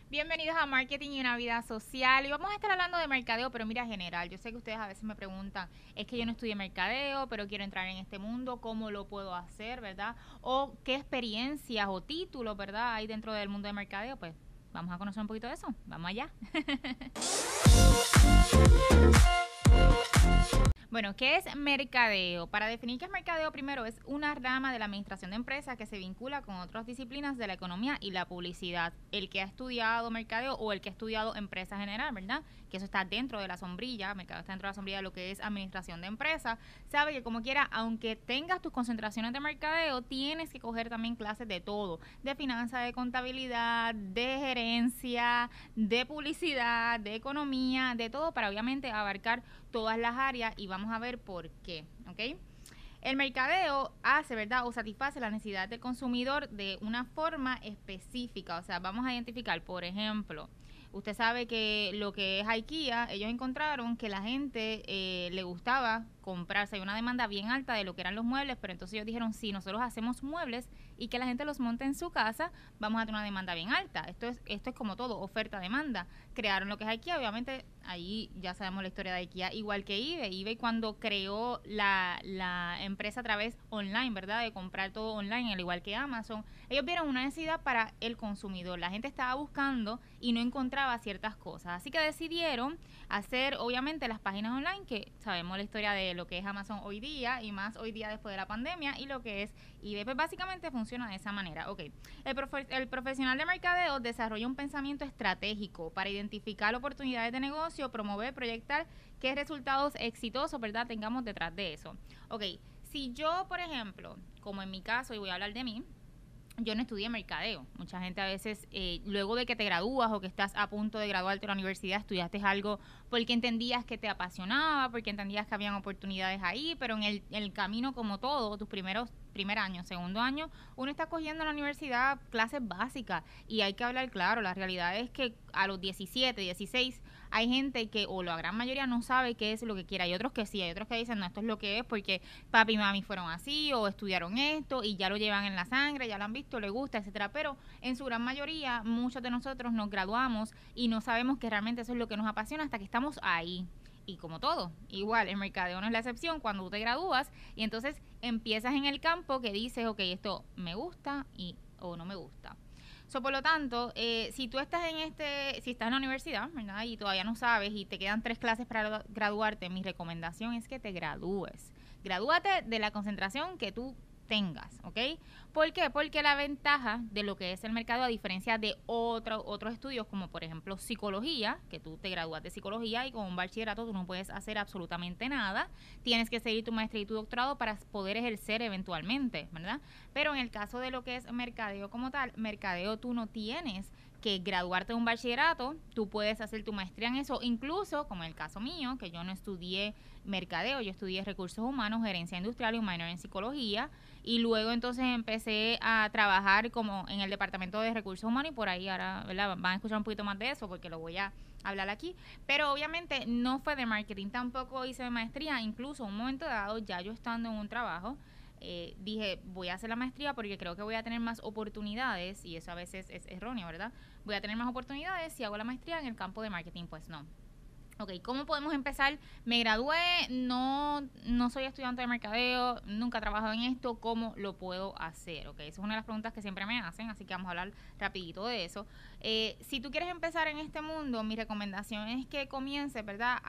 Bienvenidos a Marketing y una Vida Social. Y vamos a estar hablando de mercadeo, pero mira, general. Yo sé que ustedes a veces me preguntan, es que yo no estudié mercadeo, pero quiero entrar en este mundo, ¿cómo lo puedo hacer, verdad? O qué experiencias o títulos, ¿verdad? Hay dentro del mundo de mercadeo. Pues vamos a conocer un poquito de eso. Vamos allá. Bueno, ¿qué es mercadeo? Para definir qué es mercadeo, primero es una rama de la administración de empresas que se vincula con otras disciplinas de la economía y la publicidad. El que ha estudiado mercadeo o el que ha estudiado empresa general, ¿verdad? Que eso está dentro de la sombrilla, mercadeo está dentro de la sombrilla de lo que es administración de empresas, sabe que como quiera, aunque tengas tus concentraciones de mercadeo, tienes que coger también clases de todo, de finanzas, de contabilidad, de gerencia, de publicidad, de economía, de todo para obviamente abarcar todas las áreas y vamos a ver por qué, ¿ok? El mercadeo hace, ¿verdad? O satisface la necesidad del consumidor de una forma específica. O sea, vamos a identificar, por ejemplo, usted sabe que lo que es IKEA, ellos encontraron que la gente le gustaba comprarse, hay una demanda bien alta de lo que eran los muebles, pero entonces ellos dijeron, si nosotros hacemos muebles y que la gente los monte en su casa, vamos a tener una demanda bien alta. Esto es como todo, oferta-demanda. Crearon lo que es IKEA, obviamente ahí ya sabemos la historia de IKEA, igual que eBay. eBay cuando creó la empresa a través online, ¿verdad? De comprar todo online, al igual que Amazon, ellos vieron una necesidad para el consumidor. La gente estaba buscando y no encontraba ciertas cosas. Así que decidieron hacer, obviamente, las páginas online, que sabemos la historia de lo que es Amazon hoy día y más hoy día después de la pandemia y lo que es eBay. Pues básicamente funciona de esa manera. Ok, el profesional de mercadeo desarrolla un pensamiento estratégico para identificar oportunidades de negocio, promover, proyectar qué resultados exitosos, ¿verdad?, tengamos detrás de eso. Ok, si yo, por ejemplo, como en mi caso, y voy a hablar de mí, yo no estudié mercadeo. Mucha gente a veces, luego de que te gradúas o que estás a punto de graduarte de la universidad, estudiaste algo porque entendías que te apasionaba, porque entendías que habían oportunidades ahí, pero en el camino, como todo, tus primer año, segundo año, uno está cogiendo en la universidad clases básicas y hay que hablar claro. La realidad es que a los 17, 16 hay gente que, o la gran mayoría, no sabe qué es lo que quiere. Hay otros que sí, hay otros que dicen, no, esto es lo que es porque papi y mami fueron así o estudiaron esto y ya lo llevan en la sangre, ya lo han visto, le gusta, etcétera. Pero en su gran mayoría, muchos de nosotros nos graduamos y no sabemos que realmente eso es lo que nos apasiona hasta que estamos ahí. Y como todo, igual, el mercadeo no es la excepción cuando tú te gradúas y entonces empiezas en el campo que dices, ok, esto me gusta y o no me gusta. Por lo tanto, si tú estás si estás en la universidad, ¿verdad? Y todavía no sabes y te quedan 3 clases para graduarte, mi recomendación es que te gradúes. Gradúate de la concentración que tú tengas, ¿ok? ¿Por qué? Porque la ventaja de lo que es el mercado, a diferencia de otros estudios, como por ejemplo psicología, que tú te gradúas de psicología y con un bachillerato tú no puedes hacer absolutamente nada, tienes que seguir tu maestría y tu doctorado para poder ejercer eventualmente, ¿verdad? Pero en el caso de lo que es mercadeo como tal, mercadeo tú no tienes que graduarte de un bachillerato, tú puedes hacer tu maestría en eso, incluso como en el caso mío, que yo no estudié mercadeo, yo estudié recursos humanos, gerencia industrial y un minor en psicología, y luego entonces empecé a trabajar como en el departamento de recursos humanos y por ahí ahora, ¿verdad?, van a escuchar un poquito más de eso porque lo voy a hablar aquí, pero obviamente no fue de marketing, tampoco hice maestría, incluso en un momento dado, ya yo estando en un trabajo, dije, voy a hacer la maestría porque creo que voy a tener más oportunidades, y eso a veces es erróneo, ¿verdad? Voy a tener más oportunidades si hago la maestría en el campo de marketing. Pues no. Ok, ¿cómo podemos empezar? Me gradué, no soy estudiante de mercadeo, nunca he trabajado en esto, ¿cómo lo puedo hacer? Ok, esa es una de las preguntas que siempre me hacen, así que vamos a hablar rapidito de eso. Si tú quieres empezar en este mundo, mi recomendación es que comiences, ¿verdad?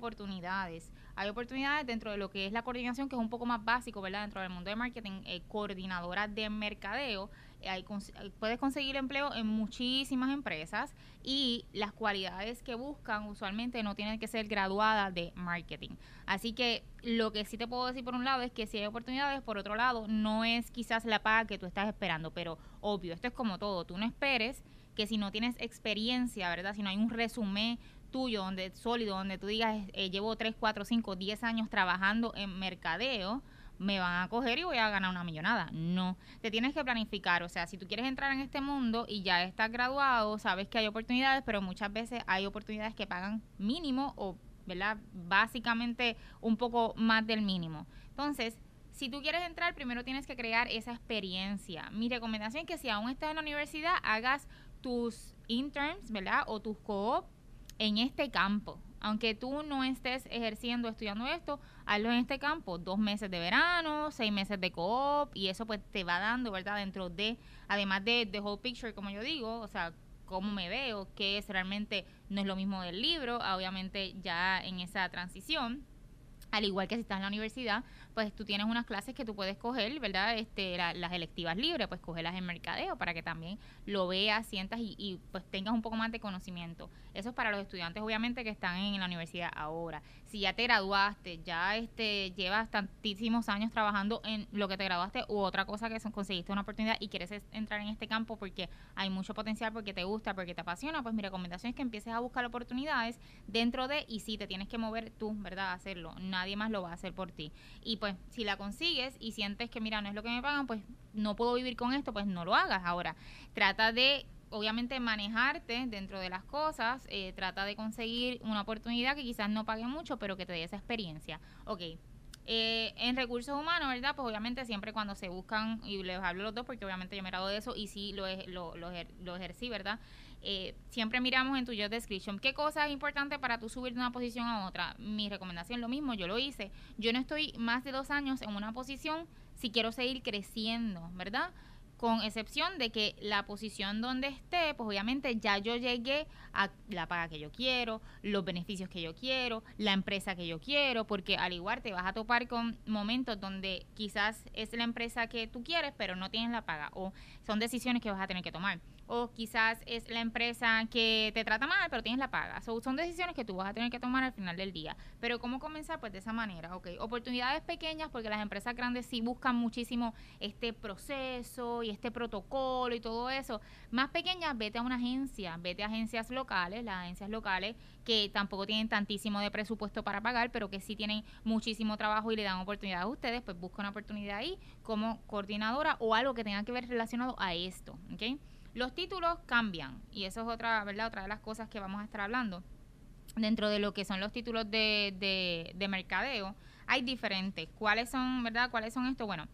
Hay oportunidades dentro de lo que es la coordinación, que es un poco más básico, ¿verdad? Dentro del mundo de marketing, coordinadora de mercadeo, puedes conseguir empleo en muchísimas empresas y las cualidades que buscan usualmente no tienen que ser graduadas de marketing. Así que lo que sí te puedo decir por un lado es que si hay oportunidades, por otro lado no es quizás la paga que tú estás esperando, pero obvio, esto es como todo, tú no esperes que si no tienes experiencia, ¿verdad? Si no hay un resumen tuyo donde sólido, donde tú digas, llevo 3 4 5 10 años trabajando en mercadeo, me van a coger y voy a ganar una millonada. No, te tienes que planificar. O sea, si tú quieres entrar en este mundo y ya estás graduado, sabes que hay oportunidades, pero muchas veces hay oportunidades que pagan mínimo o, ¿verdad?, básicamente un poco más del mínimo. Entonces, si tú quieres entrar, primero tienes que crear esa experiencia. Mi recomendación es que si aún estás en la universidad, hagas tus interns, ¿verdad? O tus co-op en este campo. Aunque tú no estés ejerciendo, estudiando esto, hazlo en este campo, 2 meses de verano, 6 meses de co-op, y eso pues te va dando, ¿verdad? Dentro de, además de the whole picture, como yo digo, o sea, cómo me veo, qué es realmente, no es lo mismo del libro, obviamente ya en esa transición. Al igual que si estás en la universidad, pues tú tienes unas clases que tú puedes coger, ¿verdad? Las electivas libres, pues cogerlas en mercadeo para que también lo veas, sientas y pues tengas un poco más de conocimiento. Eso es para los estudiantes, obviamente, que están en la universidad ahora. Si ya te graduaste, ya llevas tantísimos años trabajando en lo que te graduaste u otra cosa que conseguiste una oportunidad y quieres entrar en este campo porque hay mucho potencial, porque te gusta, porque te apasiona, pues mi recomendación es que empieces a buscar oportunidades dentro de, y sí, te tienes que mover tú, ¿verdad? A hacerlo. Nadie más lo va a hacer por ti. Y pues si la consigues y sientes que mira, no es lo que me pagan, pues no puedo vivir con esto, pues no lo hagas. Ahora, trata de obviamente manejarte dentro de las cosas, trata de conseguir una oportunidad que quizás no pague mucho, pero que te dé esa experiencia. Ok, en recursos humanos, ¿verdad? Pues obviamente siempre cuando se buscan, y les hablo a los dos porque obviamente yo me gradué de eso y sí lo ejercí, ¿verdad? Siempre miramos en tu job description qué cosa es importante para tú subir de una posición a otra. Mi recomendación, lo mismo, yo lo hice. Yo no estoy más de 2 años en una posición si quiero seguir creciendo, ¿verdad? Con excepción de que la posición donde esté, pues obviamente ya yo llegué a la paga que yo quiero, los beneficios que yo quiero, la empresa que yo quiero, porque al igual te vas a topar con momentos donde quizás es la empresa que tú quieres, pero no tienes la paga, o son decisiones que vas a tener que tomar, o quizás es la empresa que te trata mal, pero tienes la paga. Son decisiones que tú vas a tener que tomar al final del día. Pero ¿cómo comenzar? Pues de esa manera, ¿ok? Oportunidades pequeñas, porque las empresas grandes sí buscan muchísimo este proceso y este protocolo y todo eso. Más pequeñas, vete a una agencia, vete a agencias locales, las agencias locales que tampoco tienen tantísimo de presupuesto para pagar, pero que sí tienen muchísimo trabajo y le dan oportunidades a ustedes, pues busca una oportunidad ahí como coordinadora o algo que tenga que ver relacionado a esto, ¿ok? Los títulos cambian y eso es otra, ¿verdad? Otra de las cosas que vamos a estar hablando. Dentro de lo que son los títulos de mercadeo, hay diferentes. ¿Cuáles son, verdad? ¿Cuáles son estos? Bueno,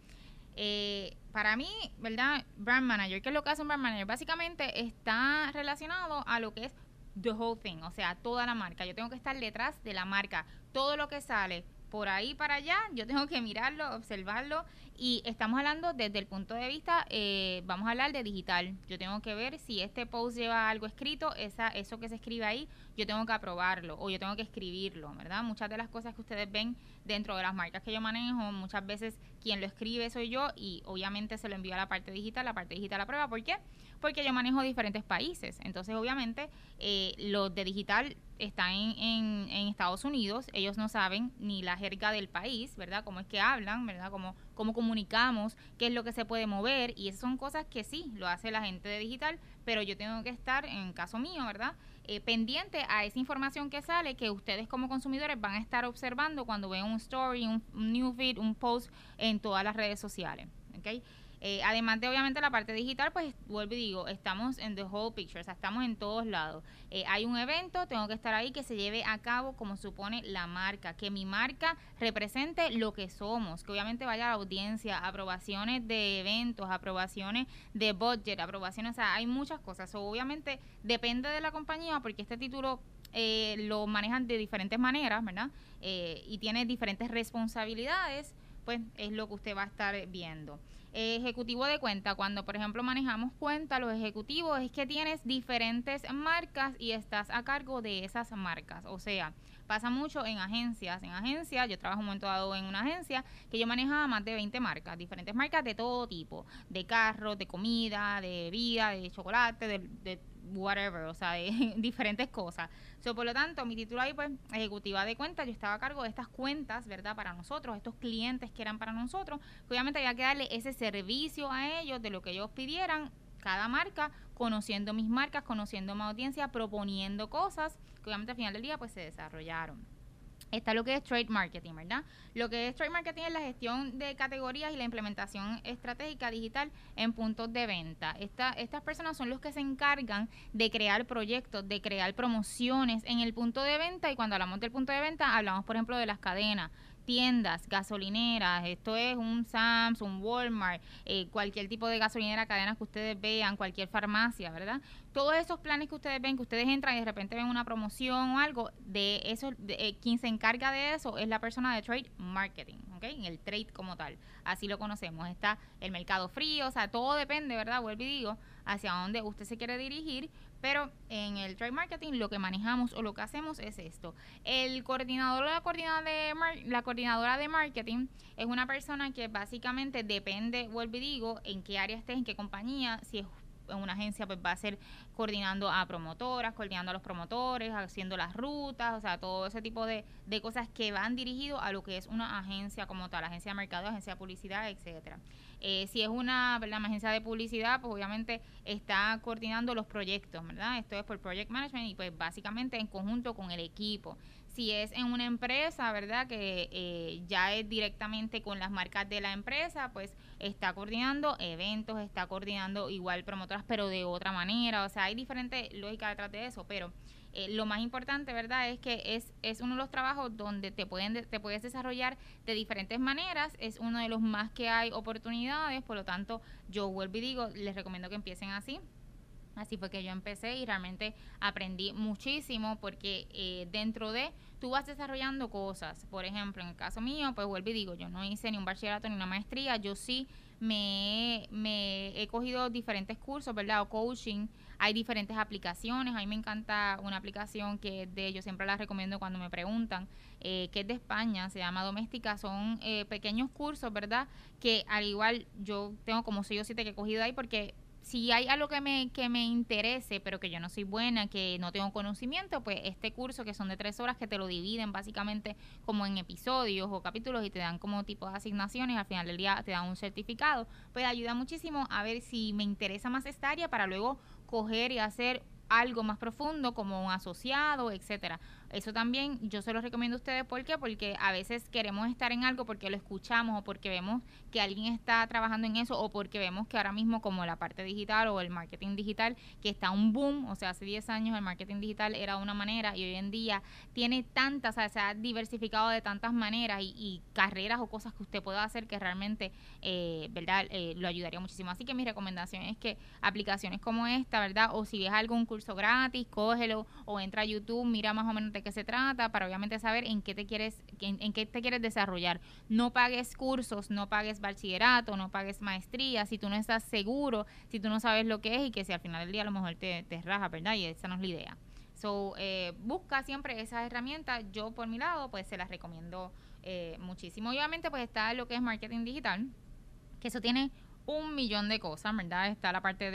para mí, ¿verdad? Brand Manager, ¿qué es lo que hace un Brand Manager? Básicamente está relacionado a lo que es the whole thing, o sea, toda la marca. Yo tengo que estar detrás de la marca. Todo lo que sale por ahí para allá, yo tengo que mirarlo, observarlo, y estamos hablando desde el punto de vista, vamos a hablar de digital. Yo tengo que ver si este post lleva algo escrito, eso que se escribe ahí, yo tengo que aprobarlo o yo tengo que escribirlo, ¿verdad? Muchas de las cosas que ustedes ven dentro de las marcas que yo manejo, muchas veces quien lo escribe soy yo y obviamente se lo envío a la parte digital aprueba. ¿Por qué? Porque yo manejo diferentes países. Entonces, obviamente, los de digital están en Estados Unidos, ellos no saben ni la jerga del país, ¿verdad? Cómo es que hablan, ¿verdad? Cómo comunicamos, qué es lo que se puede mover, y esas son cosas que sí, lo hace la gente de digital, pero yo tengo que estar, en caso mío, ¿verdad? Pendiente a esa información que sale, que ustedes como consumidores van a estar observando cuando ven un story, un new feed, un post en todas las redes sociales, ¿ok? Además de obviamente la parte digital, pues vuelvo y digo, estamos en the whole picture, o sea, estamos en todos lados. Hay un evento, tengo que estar ahí, que se lleve a cabo como supone la marca, que mi marca represente lo que somos, que obviamente vaya a la audiencia, aprobaciones de eventos, aprobaciones de budget, aprobaciones, o sea, hay muchas cosas. Obviamente depende de la compañía, porque este título lo manejan de diferentes maneras, ¿verdad? Y tiene diferentes responsabilidades, pues es lo que usted va a estar viendo. Ejecutivo de cuenta, cuando por ejemplo manejamos cuenta, los ejecutivos es que tienes diferentes marcas y estás a cargo de esas marcas. O sea, pasa mucho en agencias. En agencias, yo trabajo un momento dado en una agencia que yo manejaba más de 20 marcas, diferentes marcas de todo tipo, de carros, de comida, de bebida, de chocolate, de whatever, o sea, de diferentes cosas. Por lo tanto, mi título ahí, pues, ejecutiva de cuentas, yo estaba a cargo de estas cuentas, ¿verdad? Para nosotros, estos clientes que eran para nosotros, que obviamente había que darle ese servicio a ellos de lo que ellos pidieran, cada marca, conociendo mis marcas, conociendo mi audiencia, proponiendo cosas que obviamente al final del día, pues, se desarrollaron. Está lo que es trade marketing, ¿verdad? Lo que es trade marketing es la gestión de categorías y la implementación estratégica digital en puntos de venta. Estas personas son los que se encargan de crear proyectos, de crear promociones en el punto de venta, y cuando hablamos del punto de venta hablamos, por ejemplo, de las cadenas. tiendas, gasolineras, esto es un Sam's, un Walmart, cualquier tipo de gasolinera, cadenas que ustedes vean, cualquier farmacia, ¿verdad? Todos esos planes que ustedes ven, que ustedes entran y de repente ven una promoción o algo, de eso, quien se encarga de eso es la persona de trade marketing, ¿ok? En el trade como tal, así lo conocemos. Está el mercado frío, o sea, todo depende, ¿verdad? Vuelvo y digo, hacia dónde usted se quiere dirigir, pero en el trade marketing lo que manejamos o lo que hacemos es esto. El coordinador o la coordinadora de marketing es una persona que básicamente depende, vuelvo y digo, en qué área estés, en qué compañía. Si es en una agencia, pues va a ser coordinando a promotoras, coordinando a los promotores, haciendo las rutas, o sea, todo ese tipo de cosas que van dirigidos a lo que es una agencia como tal, agencia de mercado, agencia de publicidad, etcétera. Si es una, ¿verdad?, agencia de publicidad, pues obviamente está coordinando los proyectos, ¿verdad? Esto es por Project Management y pues básicamente en conjunto con el equipo. Si es en una empresa, ¿verdad?, que ya es directamente con las marcas de la empresa, pues está coordinando eventos, está coordinando igual promotoras, pero de otra manera. O sea, hay diferente lógica detrás de eso, pero lo más importante, ¿verdad?, es que es uno de los trabajos donde te puedes desarrollar de diferentes maneras. Es uno de los más que hay oportunidades, por lo tanto, yo vuelvo y digo, les recomiendo que empiecen así. Así fue que yo empecé y realmente aprendí muchísimo porque dentro de tú vas desarrollando cosas. Por ejemplo, en el caso mío, pues vuelvo y digo, yo no hice ni un bachillerato ni una maestría, yo sí me he cogido diferentes cursos, ¿verdad? O coaching, hay diferentes aplicaciones. A mí me encanta una aplicación que es de, yo siempre la recomiendo cuando me preguntan, que es de España, se llama Doméstica. Son pequeños cursos, ¿verdad? Que al igual yo tengo como 6 o 7 que he cogido ahí porque si hay algo que me interese, pero que yo no soy buena, que no tengo conocimiento, pues este curso que son de 3 horas, que te lo dividen básicamente como en episodios o capítulos y te dan como tipo de asignaciones, al final del día te dan un certificado, pues ayuda muchísimo a ver si me interesa más esta área para luego coger y hacer algo más profundo como un asociado, etcétera. Eso también yo se lo recomiendo a ustedes. ¿Por qué? Porque a veces queremos estar en algo porque lo escuchamos o porque vemos que alguien está trabajando en eso o porque vemos que ahora mismo como la parte digital o el marketing digital que está un boom. O sea, hace 10 años el marketing digital era de una manera y hoy en día tiene tantas, o sea, se ha diversificado de tantas maneras y carreras o cosas que usted pueda hacer que realmente, ¿verdad? Lo ayudaría muchísimo. Así que mi recomendación es que aplicaciones como esta, ¿verdad? O si ves algún curso gratis, cógelo o entra a YouTube, mira más o menos de qué se trata para obviamente saber en qué te quieres desarrollar. No pagues cursos, no pagues bachillerato, no pagues maestría si tú no estás seguro, si tú no sabes lo que es y que si al final del día a lo mejor te raja, ¿verdad? Y esa no es la idea. So, busca siempre esas herramientas. Yo por mi lado pues se las recomiendo muchísimo. Obviamente pues está lo que es marketing digital, que eso tiene un millón de cosas, ¿verdad? Está la parte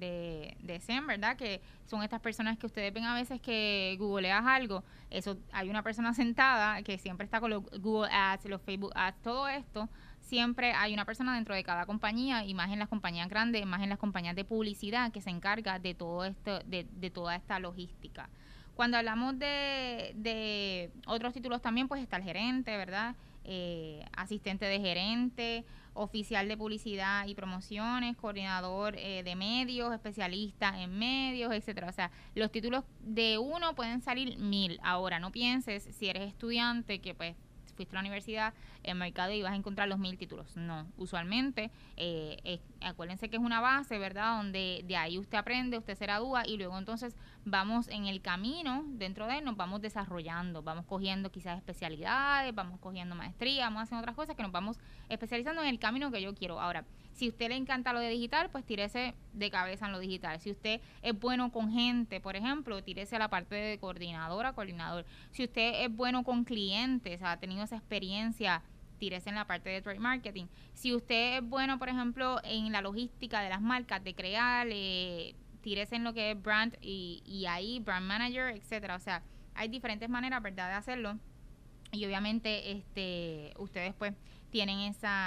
de SEM, ¿verdad? Que son estas personas que ustedes ven a veces que googleas algo. Eso, hay una persona sentada que siempre está con los Google Ads, los Facebook Ads, todo esto. Siempre hay una persona dentro de cada compañía, y más en las compañías grandes, más en las compañías de publicidad, que se encarga de todo esto, de toda esta logística. Cuando hablamos de otros títulos también, pues está el gerente, ¿verdad? Asistente de gerente, oficial de publicidad y promociones, coordinador de medios, especialista en medios, etcétera. O sea, los títulos de uno pueden salir 1000. Ahora, no pienses, si eres estudiante, que pues fuiste a la universidad, en mercado y vas a encontrar los 1000 títulos. No, usualmente, acuérdense que es una base, ¿verdad? Donde de ahí usted aprende, usted se gradúa y luego entonces vamos en el camino, dentro de él nos vamos desarrollando, vamos cogiendo quizás especialidades, vamos cogiendo maestría, vamos haciendo otras cosas que nos vamos especializando en el camino que yo quiero. Ahora, si a usted le encanta lo de digital, pues tírese de cabeza en lo digital. Si usted es bueno con gente, por ejemplo, tírese a la parte de coordinadora, coordinador. Si usted es bueno con clientes, ha tenido esa experiencia, tírese en la parte de trade marketing. Si usted es bueno, por ejemplo, en la logística de las marcas, de crear, tírese en lo que es brand y ahí brand manager, etcétera. O sea, hay diferentes maneras, ¿verdad?, de hacerlo. Y obviamente ustedes pues tienen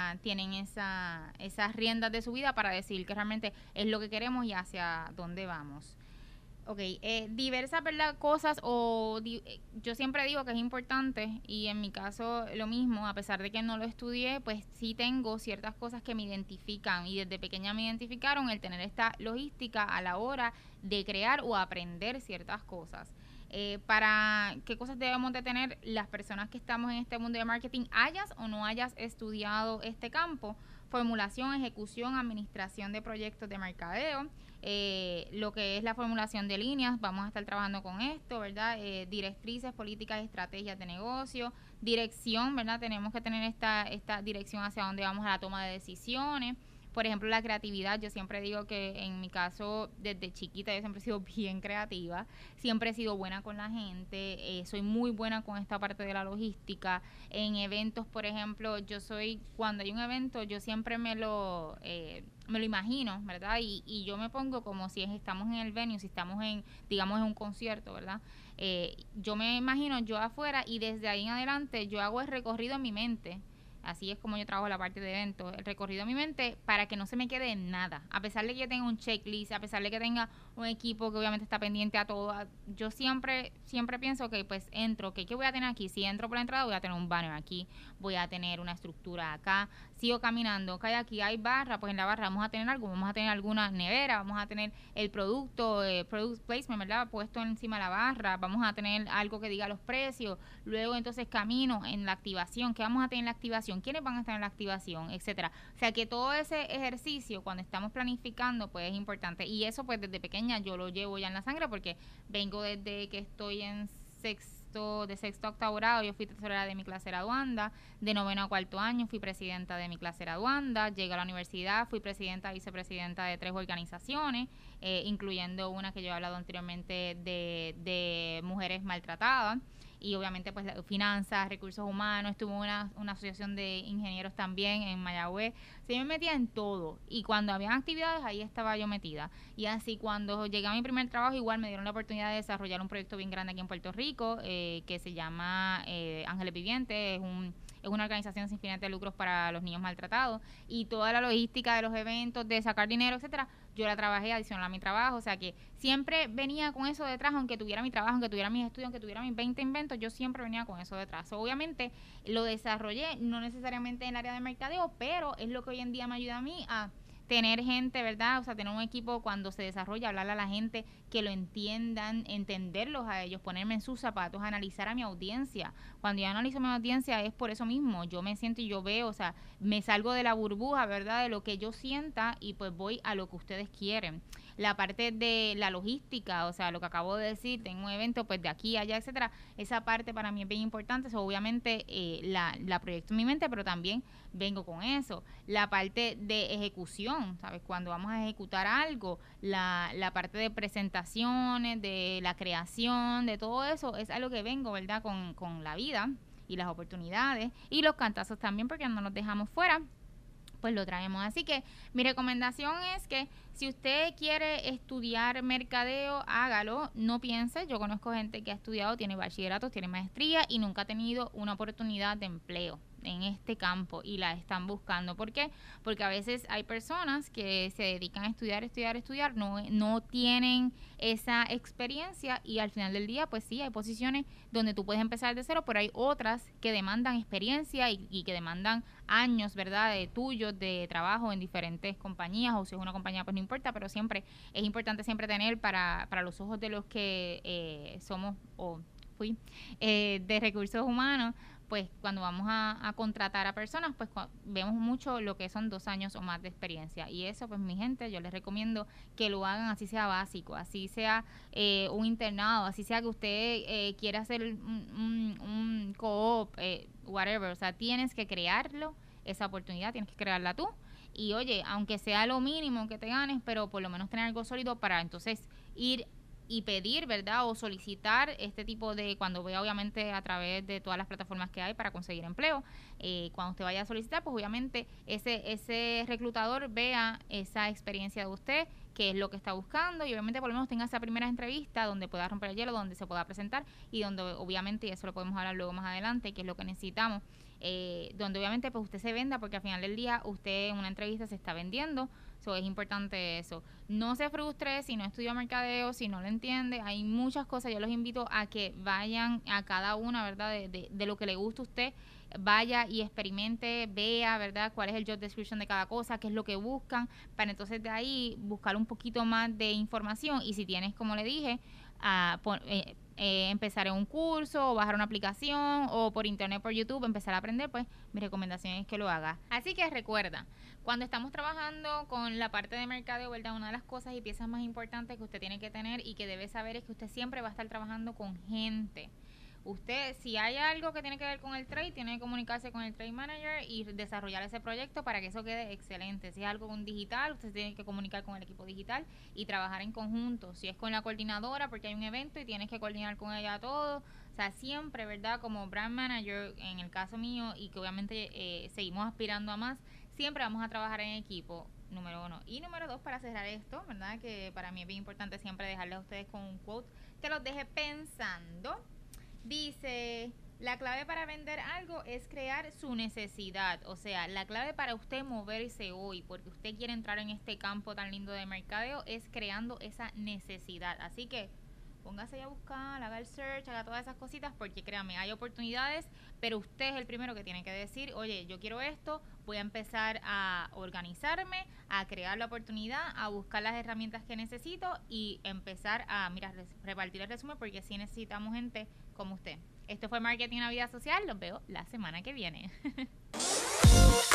esas riendas de su vida para decidir que realmente es lo que queremos y hacia dónde vamos. Ok, diversas, ¿verdad?, cosas yo siempre digo que es importante y en mi caso lo mismo, a pesar de que no lo estudié, pues sí tengo ciertas cosas que me identifican y desde pequeña me identificaron el tener esta logística a la hora de crear o aprender ciertas cosas. Para qué cosas debemos de tener las personas que estamos en este mundo de marketing, hayas o no hayas estudiado este campo: formulación, ejecución, administración de proyectos de mercadeo, lo que es la formulación de líneas, vamos a estar trabajando con esto, ¿verdad? Directrices, políticas, estrategias de negocio, dirección, ¿verdad? Tenemos que tener esta dirección hacia dónde vamos a la toma de decisiones. Por ejemplo, la creatividad. Yo siempre digo que en mi caso, desde chiquita, yo siempre he sido bien creativa, siempre he sido buena con la gente, soy muy buena con esta parte de la logística. En eventos, por ejemplo, cuando hay un evento, yo siempre me lo imagino, ¿verdad? Y yo me pongo como si estamos en el venue, si estamos digamos, en un concierto, ¿verdad? Yo me imagino yo afuera, y desde ahí en adelante yo hago el recorrido en mi mente. Así es como yo trabajo la parte de eventos, el recorrido en mi mente, para que no se me quede nada. A pesar de que yo tenga un checklist, a pesar de que tenga un equipo que obviamente está pendiente a todo, yo siempre pienso que pues entro, ¿qué voy a tener aquí? Si entro por la entrada, voy a tener un banner aquí, voy a tener una estructura acá, sigo caminando, aquí hay barra, pues en la barra vamos a tener algo, vamos a tener alguna nevera, vamos a tener el producto, product placement, ¿verdad? Puesto encima de la barra, vamos a tener algo que diga los precios, luego entonces camino en la activación, ¿qué vamos a tener en la activación? ¿Quiénes van a estar en la activación? Etcétera. O sea que todo ese ejercicio, cuando estamos planificando, pues es importante. Y eso pues desde pequeña yo lo llevo ya en la sangre, porque vengo desde que estoy en de sexto a octavo grado. Yo fui tesorera de mi clase graduanda, de noveno a cuarto año fui presidenta de mi clase graduanda, llegué a la universidad, fui presidenta, vicepresidenta de 3 organizaciones, incluyendo una que yo he hablado anteriormente de mujeres maltratadas. Y obviamente pues finanzas, recursos humanos, estuve en una asociación de ingenieros también en Mayagüez. Se me metía en todo, y cuando habían actividades ahí estaba yo metida. Y así cuando llegué a mi primer trabajo, igual me dieron la oportunidad de desarrollar un proyecto bien grande aquí en Puerto Rico, que se llama Ángeles Vivientes. Es una organización sin fines de lucros para los niños maltratados, y toda la logística de los eventos, de sacar dinero, etcétera, yo la trabajé adicional a mi trabajo. O sea que siempre venía con eso detrás, aunque tuviera mi trabajo, aunque tuviera mis estudios, aunque tuviera mis 20 inventos, yo siempre venía con eso detrás. Obviamente lo desarrollé, no necesariamente en el área de mercadeo, pero es lo que hoy en día me ayuda a mí a tener gente, ¿verdad? O sea, tener un equipo cuando se desarrolla, hablarle a la gente, que lo entiendan, entenderlos a ellos, ponerme en sus zapatos, analizar a mi audiencia. Cuando yo analizo a mi audiencia es por eso mismo, yo me siento y yo veo, o sea, me salgo de la burbuja, ¿verdad? De lo que yo sienta, y pues voy a lo que ustedes quieren. La parte de la logística, o sea, lo que acabo de decir, tengo un evento pues de aquí, allá, etcétera, esa parte para mí es bien importante. So, obviamente la proyecto en mi mente, pero también vengo con eso. La parte de ejecución, ¿sabes? Cuando vamos a ejecutar algo, la parte de presentaciones, de la creación, de todo eso, es algo que vengo, ¿verdad? Con la vida y las oportunidades, y los cantazos también, porque no nos dejamos fuera, pues lo traemos. Así que mi recomendación es que si usted quiere estudiar mercadeo, hágalo, no piense. Yo conozco gente que ha estudiado, tiene bachilleratos, tiene maestría y nunca ha tenido una oportunidad de empleo en este campo, y la están buscando. ¿Por qué? Porque a veces hay personas que se dedican a estudiar, no tienen esa experiencia, y al final del día pues sí, hay posiciones donde tú puedes empezar de cero, pero hay otras que demandan experiencia y que demandan años, ¿verdad?, de tuyos, de trabajo en diferentes compañías, o si es una compañía pues no importa, pero siempre es importante siempre tener para los ojos de los que somos o fui de recursos humanos, pues cuando vamos a contratar a personas, pues vemos mucho lo que son 2 años o más de experiencia. Y eso, pues mi gente, yo les recomiendo que lo hagan, así sea básico, así sea un internado, así sea que usted quiera hacer un co-op, whatever. O sea, tienes que crearlo, esa oportunidad, tienes que crearla tú. Y oye, aunque sea lo mínimo que te ganes, pero por lo menos tener algo sólido para entonces ir y pedir, ¿verdad? O solicitar este tipo de, cuando vea obviamente a través de todas las plataformas que hay para conseguir empleo, cuando usted vaya a solicitar, pues obviamente ese reclutador vea esa experiencia de usted, qué es lo que está buscando, y obviamente por lo menos tenga esa primera entrevista donde pueda romper el hielo, donde se pueda presentar, y donde obviamente, y eso lo podemos hablar luego más adelante, que es lo que necesitamos, donde obviamente pues usted se venda, porque al final del día usted en una entrevista se está vendiendo. So, es importante eso. No se frustre si no estudia mercadeo, si no lo entiende. Hay muchas cosas. Yo los invito a que vayan a cada una, ¿verdad? De lo que le gusta a usted. Vaya y experimente, vea, ¿verdad?, cuál es el job description de cada cosa, qué es lo que buscan, para entonces de ahí buscar un poquito más de información. Y si tienes, como le dije, empezar en un curso o bajar una aplicación o por internet, por YouTube, empezar a aprender, pues mi recomendación es que lo hagas. Así que recuerda, cuando estamos trabajando con la parte de mercadeo, ¿verdad? Una de las cosas y piezas más importantes que usted tiene que tener y que debe saber es que usted siempre va a estar trabajando con gente. Usted, si hay algo que tiene que ver con el trade, tiene que comunicarse con el trade manager y desarrollar ese proyecto para que eso quede excelente. Si es algo con digital, usted tiene que comunicar con el equipo digital y trabajar en conjunto. Si es con la coordinadora, porque hay un evento y tienes que coordinar con ella todo. O sea, siempre, ¿verdad? Como brand manager, en el caso mío, y que obviamente seguimos aspirando a más, siempre vamos a trabajar en equipo, número uno. Y número dos, para cerrar esto, ¿verdad? Que para mí es bien importante siempre dejarles a ustedes con un quote que los deje pensando. Dice, la clave para vender algo es crear su necesidad. O sea, la clave para usted moverse hoy, porque usted quiere entrar en este campo tan lindo de mercadeo, es creando esa necesidad. Así que póngase a buscar, haga el search, haga todas esas cositas, porque créanme, hay oportunidades, pero usted es el primero que tiene que decir, oye, yo quiero esto, voy a empezar a organizarme, a crear la oportunidad, a buscar las herramientas que necesito y empezar a, mira, repartir el resumen, porque sí necesitamos gente como usted. Esto fue Marketing en la Vida Social, los veo la semana que viene.